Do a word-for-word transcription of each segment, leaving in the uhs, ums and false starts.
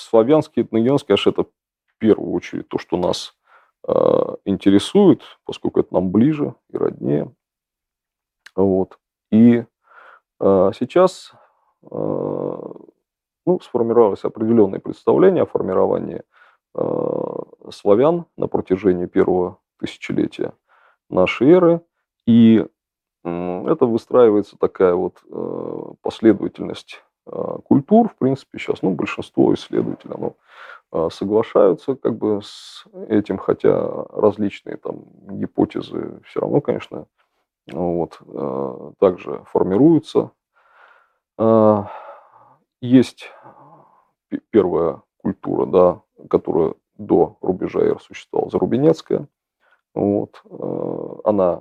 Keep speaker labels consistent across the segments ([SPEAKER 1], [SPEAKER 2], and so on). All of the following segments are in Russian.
[SPEAKER 1] славянский этногенез, конечно, это в первую очередь то, что нас э, интересует, поскольку это нам ближе и роднее. Вот. И э, сейчас э, ну, сформировалось определенное представление о формировании э, славян на протяжении первого тысячелетия нашей эры. И м, это выстраивается такая вот э, последовательность э, культур, в принципе, сейчас, ну, большинство исследователей, оно э, соглашаются как бы с этим, хотя различные там гипотезы все равно, конечно, вот, э, также формируются. А, Есть пе- первая культура, да, которая до рубежа эр существовала, зарубинецкая. Вот, э, она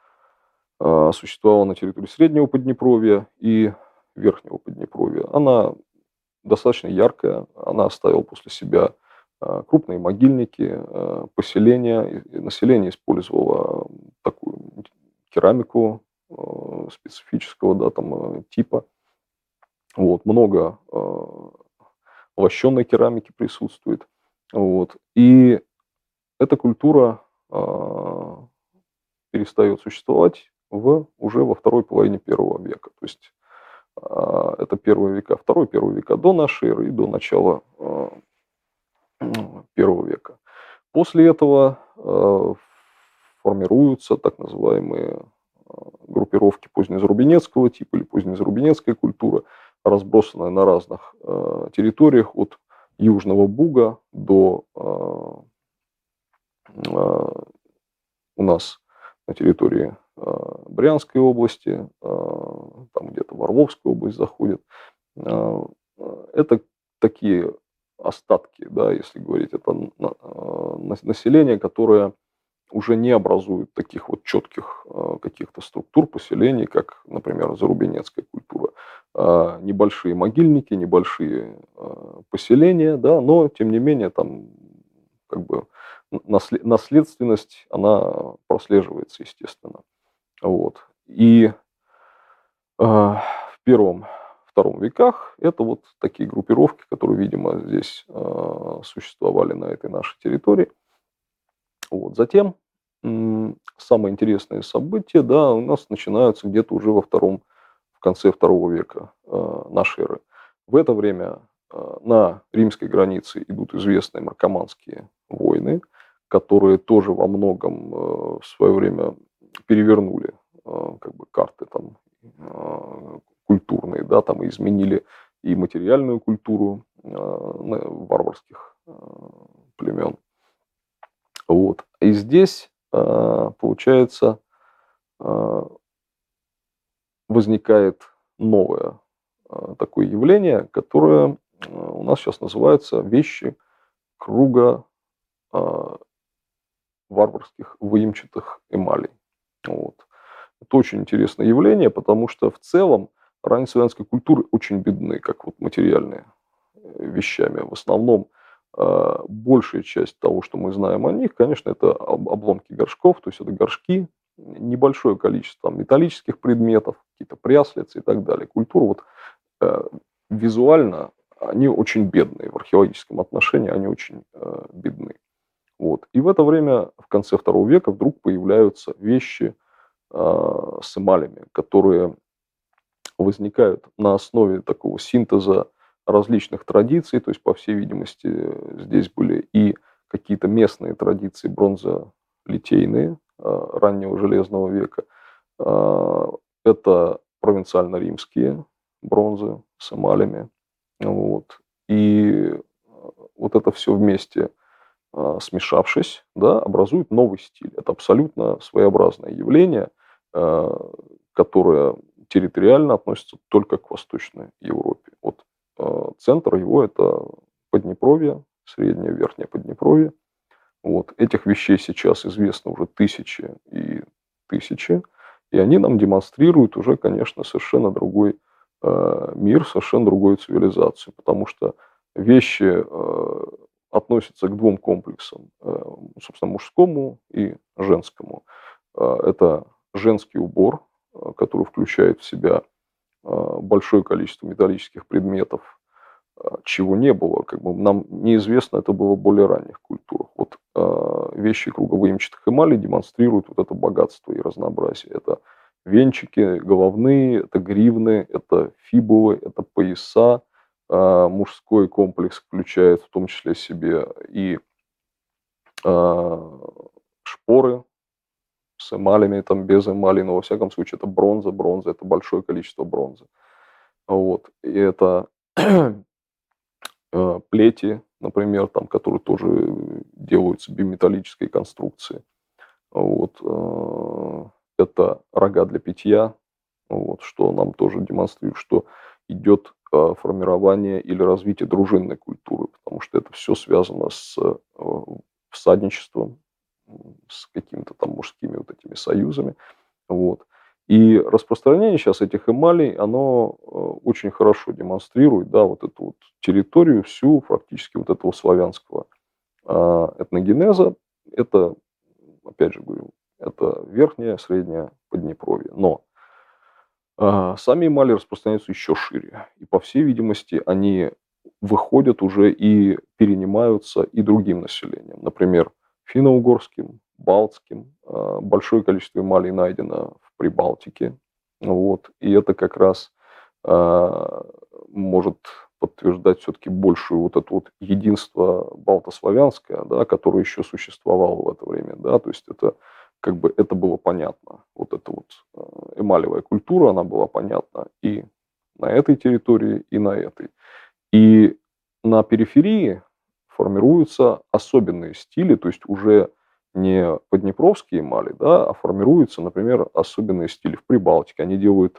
[SPEAKER 1] э, существовала на территории Среднего Поднепровья и Верхнего Поднепровья. Она достаточно яркая, она оставила после себя э, крупные могильники, э, поселения, и население использовало такую керамику э, специфического, да, там, э, типа. Вот, много э, лощеной керамики присутствует. Вот. И эта культура э, перестает существовать в, уже во второй половине первого века. То есть э, это первые века, второй, первый века до нашей эры и до начала э, первого века. После этого э, формируются так называемые э, группировки позднезарубинецкого типа или позднезарубинецкая культура, разбросанная на разных э, территориях от Южного Буга до э, э, у нас на территории э, Брянской области, э, там где-то в Орловскую область заходит. Э, это такие остатки, да, если говорить, это на- э, население, которое уже не образует таких вот четких э, каких-то структур поселений, как, например, зарубинецкая культура. А, небольшие могильники, небольшие э, поселения, да, но тем не менее там как бы наслед- наследственность, она прослеживается, естественно. Вот. И э, в первом, втором веках это вот такие группировки, которые, видимо, здесь э, существовали на этой нашей территории. Вот. Затем м, самые интересные события, да, у нас начинаются где-то уже во втором, в конце второго века э, нашей эры. В это время э, на римской границе идут известные маркоманские войны, которые тоже во многом э, в свое время перевернули э, как бы карты там э, культурные, да, там и изменили и материальную культуру э, на- варварских э, племен. Вот. И здесь, а, получается, а, возникает новое а, такое явление, которое а, у нас сейчас называется вещи круга а, варварских выемчатых эмалей. Вот. Это очень интересное явление, потому что в целом ранние славянские культуры очень бедны, как вот материальные э, вещами. В основном э, большая часть того, что мы знаем о них, конечно, это об- обломки горшков, то есть это горшки, небольшое количество там, металлических предметов, какие-то пряслицы и так далее. Культура вот э, визуально, они очень бедные, в археологическом отношении они очень э, бедны. Вот. И в это время, в конце второго века, вдруг появляются вещи э, с эмалями, которые возникают на основе такого синтеза различных традиций, то есть, по всей видимости, здесь были и какие-то местные традиции бронзолитейные э, раннего железного века. Э, Это провинциально-римские бронзы с эмалями. Вот. И э, вот это все вместе э, смешавшись, да, образует новый стиль. Это абсолютно своеобразное явление, э, которое территориально относится только к Восточной Европе. Вот э, центр его это Поднепровье, Среднее, Верхнее Поднепровье. Вот. Этих вещей сейчас известно уже тысячи и тысячи, и они нам демонстрируют уже, конечно, совершенно другой э, мир, совершенно другую цивилизацию, потому что вещи э, относятся к двум комплексам, э, собственно, мужскому и женскому. Э, это женский убор, э, который включает в себя э, большое количество металлических предметов, чего не было. Как бы нам неизвестно, это было в более ранних культурах. Вот э, вещи круговыемчатых эмалей демонстрируют вот это богатство и разнообразие. Это венчики головные, это гривны, это фибулы, это пояса. Э, мужской комплекс включает в том числе в себе и э, шпоры с эмалями, там без эмалей, но во всяком случае это бронза, бронза, это большое количество бронзы. Вот. И это э, плети, например, там, которые тоже делаются биметаллической конструкции. Вот. э, Это рога для питья, вот, что нам тоже демонстрирует, что идет э, формирование или развитие дружинной культуры, потому что это все связано с э, всадничеством, м, с какими-то там мужскими вот этими союзами. Вот. И распространение сейчас этих эмалей, оно э, очень хорошо демонстрирует, да, вот эту вот территорию всю, фактически вот этого славянского а, этногенеза. Это, опять же говорю, это верхнее, среднее Поднепровье. Но а, сами эмали распространяются еще шире. И, по всей видимости, они выходят уже и перенимаются и другим населением. Например, финно-угорским, балтским. А, Большое количество эмалей найдено в Прибалтике. Вот. И это как раз а, может подтверждать все-таки большую вот это вот единство балтославянское, да, которое еще существовало в это время. Да, то есть это как бы это было понятно. Вот эта вот э, эмалевая культура, она была понятна и на этой территории, и на этой. И на периферии формируются особенные стили, то есть уже не поднепровские эмали, да, а формируются, например, особенные стили в Прибалтике. Они делают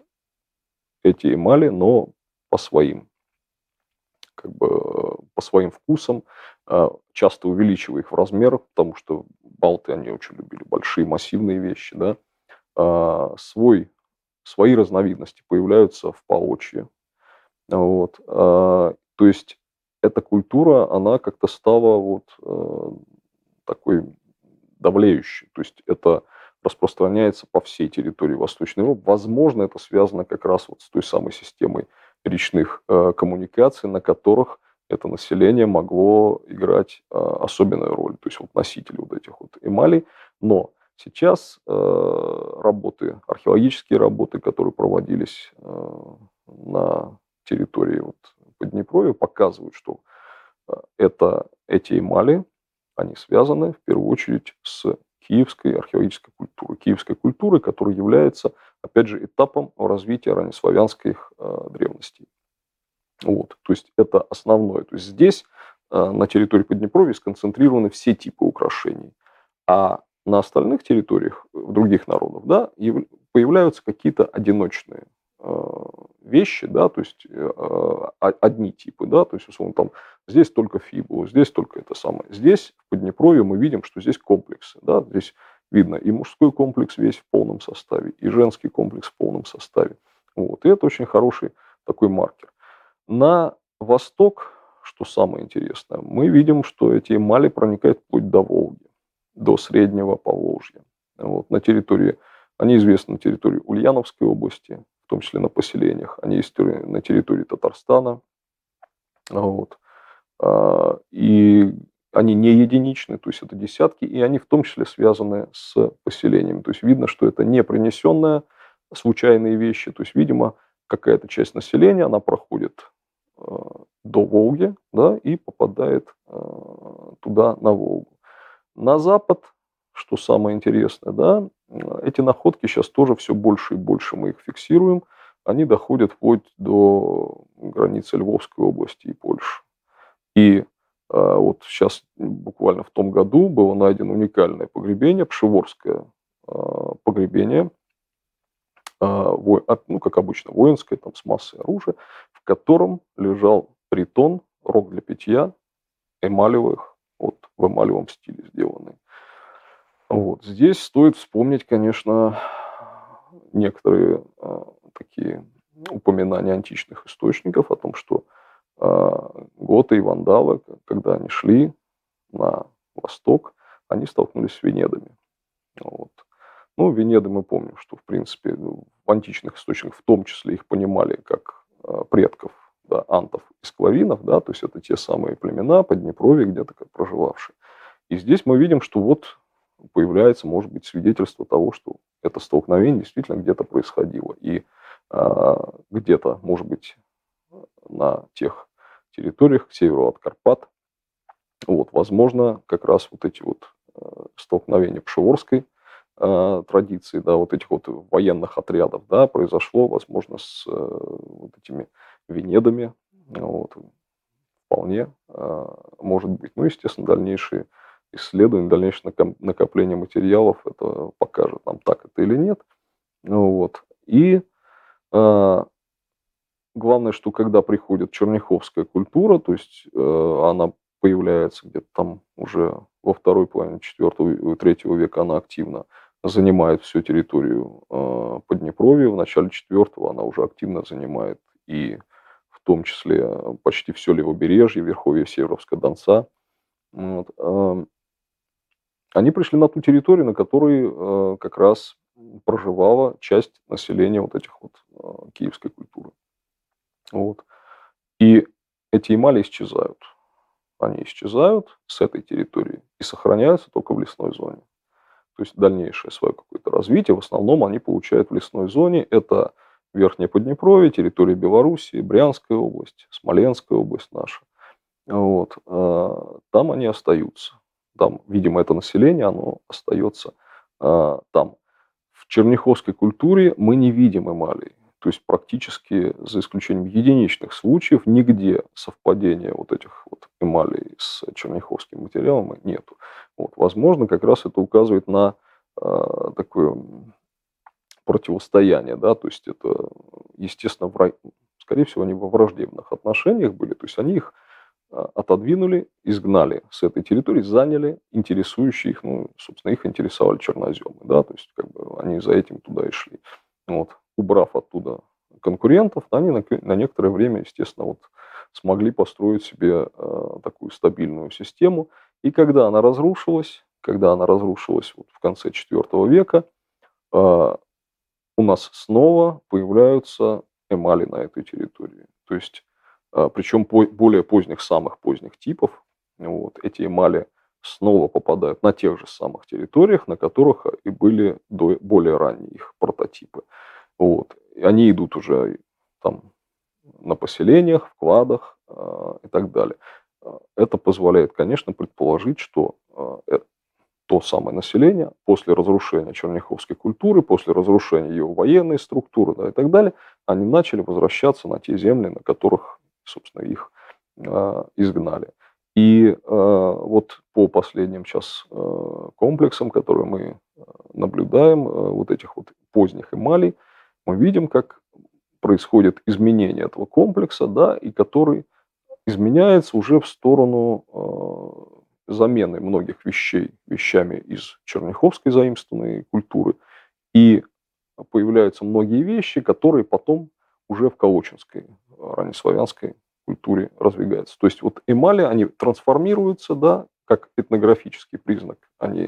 [SPEAKER 1] эти эмали, но по своим, как бы э, по своим вкусам, э, часто увеличивая их в размерах, потому что балты, они очень любили большие массивные вещи, да, а, свой, свои разновидности появляются в поочье. Вот. а, То есть эта культура, она как-то стала вот э, такой давлеющей. То есть это распространяется по всей территории Восточной Европы. Возможно, это связано как раз вот с той самой системой речных э, коммуникаций, на которых это население могло играть э, особенную роль. То есть вот носители вот этих вот эмалей. Но сейчас э, работы, археологические работы, которые проводились э, на территории вот Поднепровья, показывают, что э, это, эти эмали, они связаны в первую очередь с киевской археологической культурой. Киевской культурой, которая является, опять же, этапом развития раннеславянских э, древностей. Вот. То есть это основное. То есть здесь, э, на территории Поднепровья, сконцентрированы все типы украшений. А на остальных территориях, в других народов, да, появляются какие-то одиночные э, вещи, да, то есть э, а- одни типы, да, то есть, условно, там, здесь только фибулу, здесь только это самое. Здесь, в Поднепровье, мы видим, что здесь комплексы, да, здесь видно и мужской комплекс весь в полном составе, и женский комплекс в полном составе. Вот, и это очень хороший такой маркер. На восток, что самое интересное, мы видим, что эти эмали проникают вплоть до Волги, до Среднего Поволжья. Вот, на территории, они известны на территории Ульяновской области, в том числе на поселениях. Они есть на территории Татарстана. Вот. А, И они не единичны, то есть это десятки, и они в том числе связаны с поселениями. То есть видно, что это не принесенные случайные вещи. То есть, видимо, какая-то часть населения, она проходит э, до Волги, да, и попадает э, туда, на Волгу. На запад, что самое интересное, да, эти находки сейчас тоже все больше и больше мы их фиксируем. Они доходят вплоть до границы Львовской области и Польши. И э, вот сейчас буквально в том году было найдено уникальное погребение, пшеворское э, погребение, э, во- от- ну, как обычно, воинское, там, с массой оружия, в котором лежал притон, рог для питья, эмалевых, вот, в эмалевом стиле сделанный. Вот. Здесь стоит вспомнить, конечно, некоторые э, такие упоминания античных источников о том, что э, готы и вандалы, когда они шли на восток, они столкнулись с венедами. Вот. Ну, венеды мы помним, что, в принципе, ну, в античных источниках в том числе их понимали как э, предков, да, антов склавинов, да, то есть это те самые племена Поднепровья, где-то как проживавшие. И здесь мы видим, что вот появляется, может быть, свидетельство того, что это столкновение действительно где-то происходило. И а, где-то, может быть, на тех территориях к северу от Карпат, вот, возможно, как раз вот эти вот э, столкновения пшеворской э, традиции, да, вот этих вот военных отрядов, да, произошло, возможно, с э, вот этими Венедами, вот, вполне э, может быть. Ну, естественно, дальнейшие исследования, дальнейшее накоп- накопление материалов, это покажет нам, так это или нет. Ну, вот. И э, главное, что когда приходит черняховская культура, то есть э, она появляется где-то там уже во второй половине четвёртого и третьего века, она активно занимает всю территорию э, Поднепровья. В начале четвёртого она уже активно занимает и в том числе почти все левобережье, верховье Северовска Донца. Вот. э, Они пришли на ту территорию, на которой э, как раз проживала часть населения вот этих вот э, киевской культуры. Вот. И эти эмали исчезают. Они исчезают с этой территории и сохраняются только в лесной зоне. То есть дальнейшее свое какое-то развитие в основном они получают в лесной зоне. Это Верхнее Поднепровье, территория Белоруссии, Брянская область, Смоленская область наша. Вот. а, Там они остаются. Там, видимо, это население, оно остается а, там. В черняховской культуре мы не видим эмалей. То есть практически, за исключением единичных случаев, нигде совпадения вот этих вот эмалей с черняховским материалом нету. Вот. Возможно, как раз это указывает на э, такое противостояние, да, то есть это, естественно, вра... скорее всего, они во враждебных отношениях были, то есть они их а, отодвинули, изгнали с этой территории, заняли интересующие их, ну, собственно, их интересовали черноземы, да, то есть как бы они за этим туда и шли. Вот. Убрав оттуда конкурентов, они на, на некоторое время, естественно, вот смогли построить себе э, такую стабильную систему. И когда она разрушилась, когда она разрушилась вот в конце четвёртого века, э, у нас снова появляются эмали на этой территории. То есть, а, причем по- более поздних, самых поздних типов, вот, эти эмали снова попадают на тех же самых территориях, на которых и были до, более ранние их прототипы. Вот. И они идут уже там на поселениях, вкладах а, и так далее. А, Это позволяет, конечно, предположить, что а, э- то самое население после разрушения черняховской культуры, после разрушения ее военной структуры, да, и так далее, они начали возвращаться на те земли, на которых, собственно, их э, изгнали. И э, вот по последним сейчас э, комплексам, которые мы э, наблюдаем, э, вот этих вот поздних эмалей, мы видим, как происходит изменение этого комплекса, да, и который изменяется уже в сторону э, замены многих вещей вещами из черняховской заимствованной культуры. И появляются многие вещи, которые потом уже в колочинской, раннеславянской культуре раздвигаются. То есть вот эмали, они трансформируются, да, как этнографический признак, они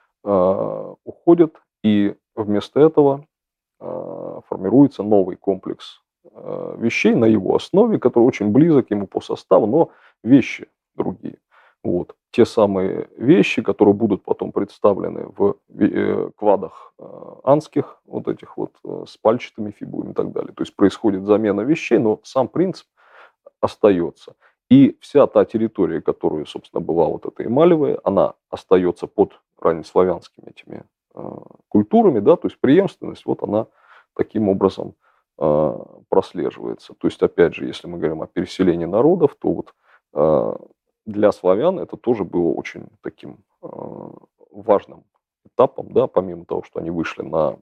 [SPEAKER 1] э, уходят, и вместо этого э, формируется новый комплекс э, вещей на его основе, который очень близок ему по составу, но вещи другие. Вот. Те самые вещи, которые будут потом представлены в э, квадах э, анских, вот этих вот э, с пальчатыми фигурами и так далее. То есть происходит замена вещей, но сам принцип остается. И вся та территория, которая, собственно, была вот эта эмалевая, она остается под раннеславянскими этими э, культурами, да, то есть преемственность, вот она таким образом э, прослеживается. То есть, опять же, если мы говорим о переселении народов, то вот э, для славян это тоже было очень таким э, важным этапом, да, помимо того, что они вышли на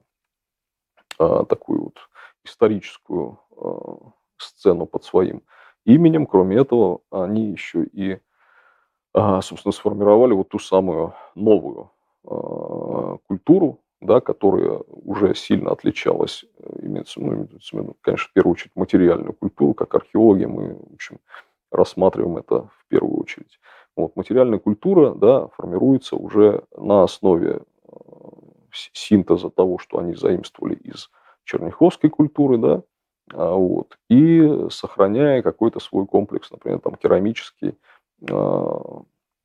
[SPEAKER 1] э, такую вот историческую э, сцену под своим именем. Кроме этого, они еще и, а, собственно, сформировали вот ту самую новую а, культуру, да, которая уже сильно отличалась, э, имеется, ну, имеется в виду, конечно, в первую очередь материальную культуру, как археологи мы, в общем, рассматриваем это в первую очередь. Вот, материальная культура, да, формируется уже на основе э, синтеза того, что они заимствовали из черняховской культуры, да, А, вот, и сохраняя какой-то свой комплекс, например, там керамический, а,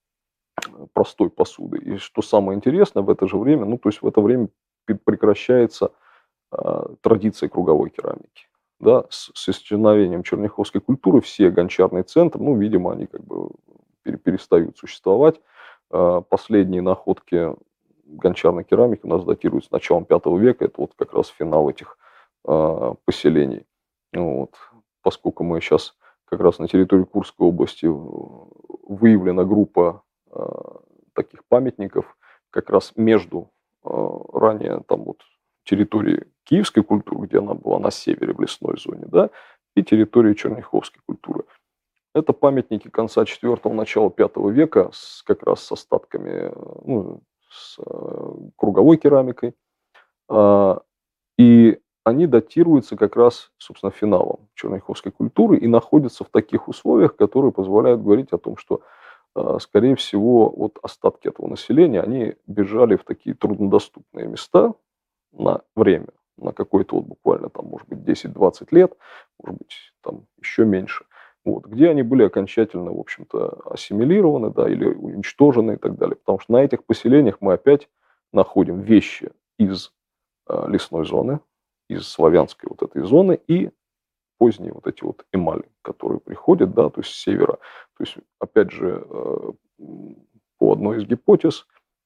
[SPEAKER 1] простой посуды. И что самое интересное, в это же время, ну, то есть в это время пе- прекращается а, традиция круговой керамики. Да, с, с исчезновением черняховской культуры все гончарные центры, ну, видимо, они как бы пере- перестают существовать. А, последние находки гончарной керамики у нас датируются началом пятого века. Это вот как раз финал этих а, поселений. Ну вот. Поскольку мы сейчас как раз на территории Курской области э, выявлена группа а, таких памятников как раз между а, ранее там вот территории киевской культуры, где она была на севере в лесной зоне, да, и территории черняховской культуры. Это памятники конца четвёртого, начала пятого века с, как раз с остатками, э, ну, с э, круговой керамикой. А, и они датируются как раз, собственно, финалом черняховской культуры и находятся в таких условиях, которые позволяют говорить о том, что, а, скорее всего, вот остатки этого населения, они бежали в такие труднодоступные места на время, на какой-то вот буквально там, может быть, десять-двадцать лет, может быть, там еще меньше, вот, где они были окончательно, в общем-то, ассимилированы, да, или уничтожены и так далее. Потому что на этих поселениях мы опять находим вещи из а, лесной зоны, из славянской вот этой зоны и поздние вот эти вот эмали, которые приходят, да, то есть с севера. То есть, опять же, э, по одной из гипотез,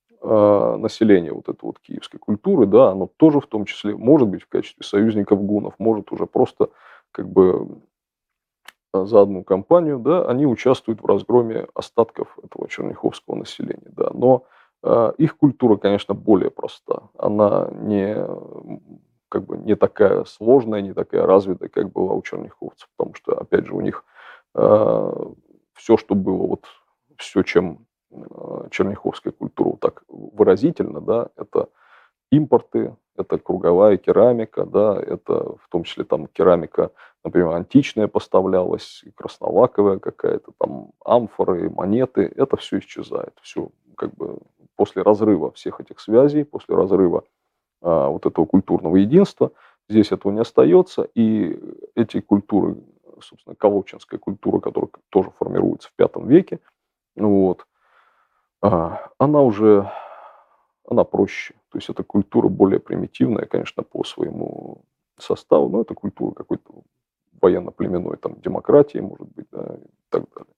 [SPEAKER 1] а, население вот этой вот киевской культуры, да, оно тоже в том числе может быть в качестве союзников гуннов, может уже просто как бы а, за одну компанию, да, они участвуют в разгроме остатков этого черняховского населения, да, но а, их культура, конечно, более проста, она не, м, как бы не такая сложная, не такая развитая, как была у черняховцев, потому что, опять же, у них все, что было, вот все, чем а, черняховская культура вот так выразительно, да, это импорты, это круговая керамика, да, это в том числе там керамика, например, античная поставлялась, краснолаковая какая-то, там амфоры, монеты, это все исчезает, все как бы после разрыва всех этих связей, после разрыва а, вот этого культурного единства, здесь этого не остается, и эти культуры, собственно, колочинская культура, которая тоже формируется в пятом веке, вот, а, она уже она проще. То есть это культура более примитивная, конечно, по своему составу, но это культура какой-то военно-племенной там, демократии, может быть, да, и так далее.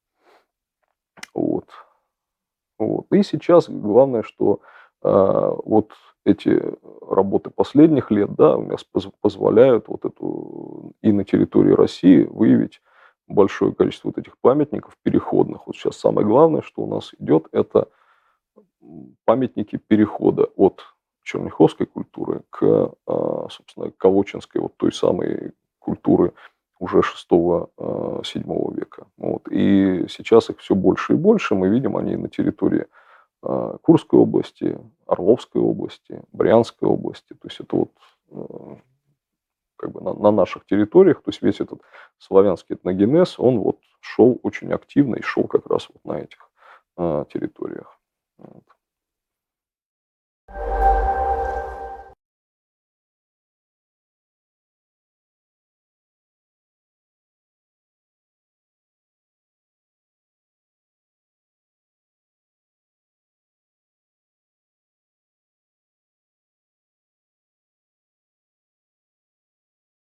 [SPEAKER 1] Вот. Вот. И сейчас главное, что а, вот эти работы последних лет, да, у нас поз- позволяют вот эту и на территории России выявить большое количество вот этих памятников переходных. Вот сейчас самое главное, что у нас идет, это памятники перехода от черняховской культуры к, а, собственно, колочинской, вот той самой культуры уже шестого-седьмого века. Вот. И сейчас их все больше и больше. Мы видим, они на территории а, Курской области, Орловской области, Брянской области. То есть это вот э, как бы на, на наших территориях. То есть весь этот славянский этногенез, он вот шел очень активно и шел как раз вот на этих а, территориях. Вот.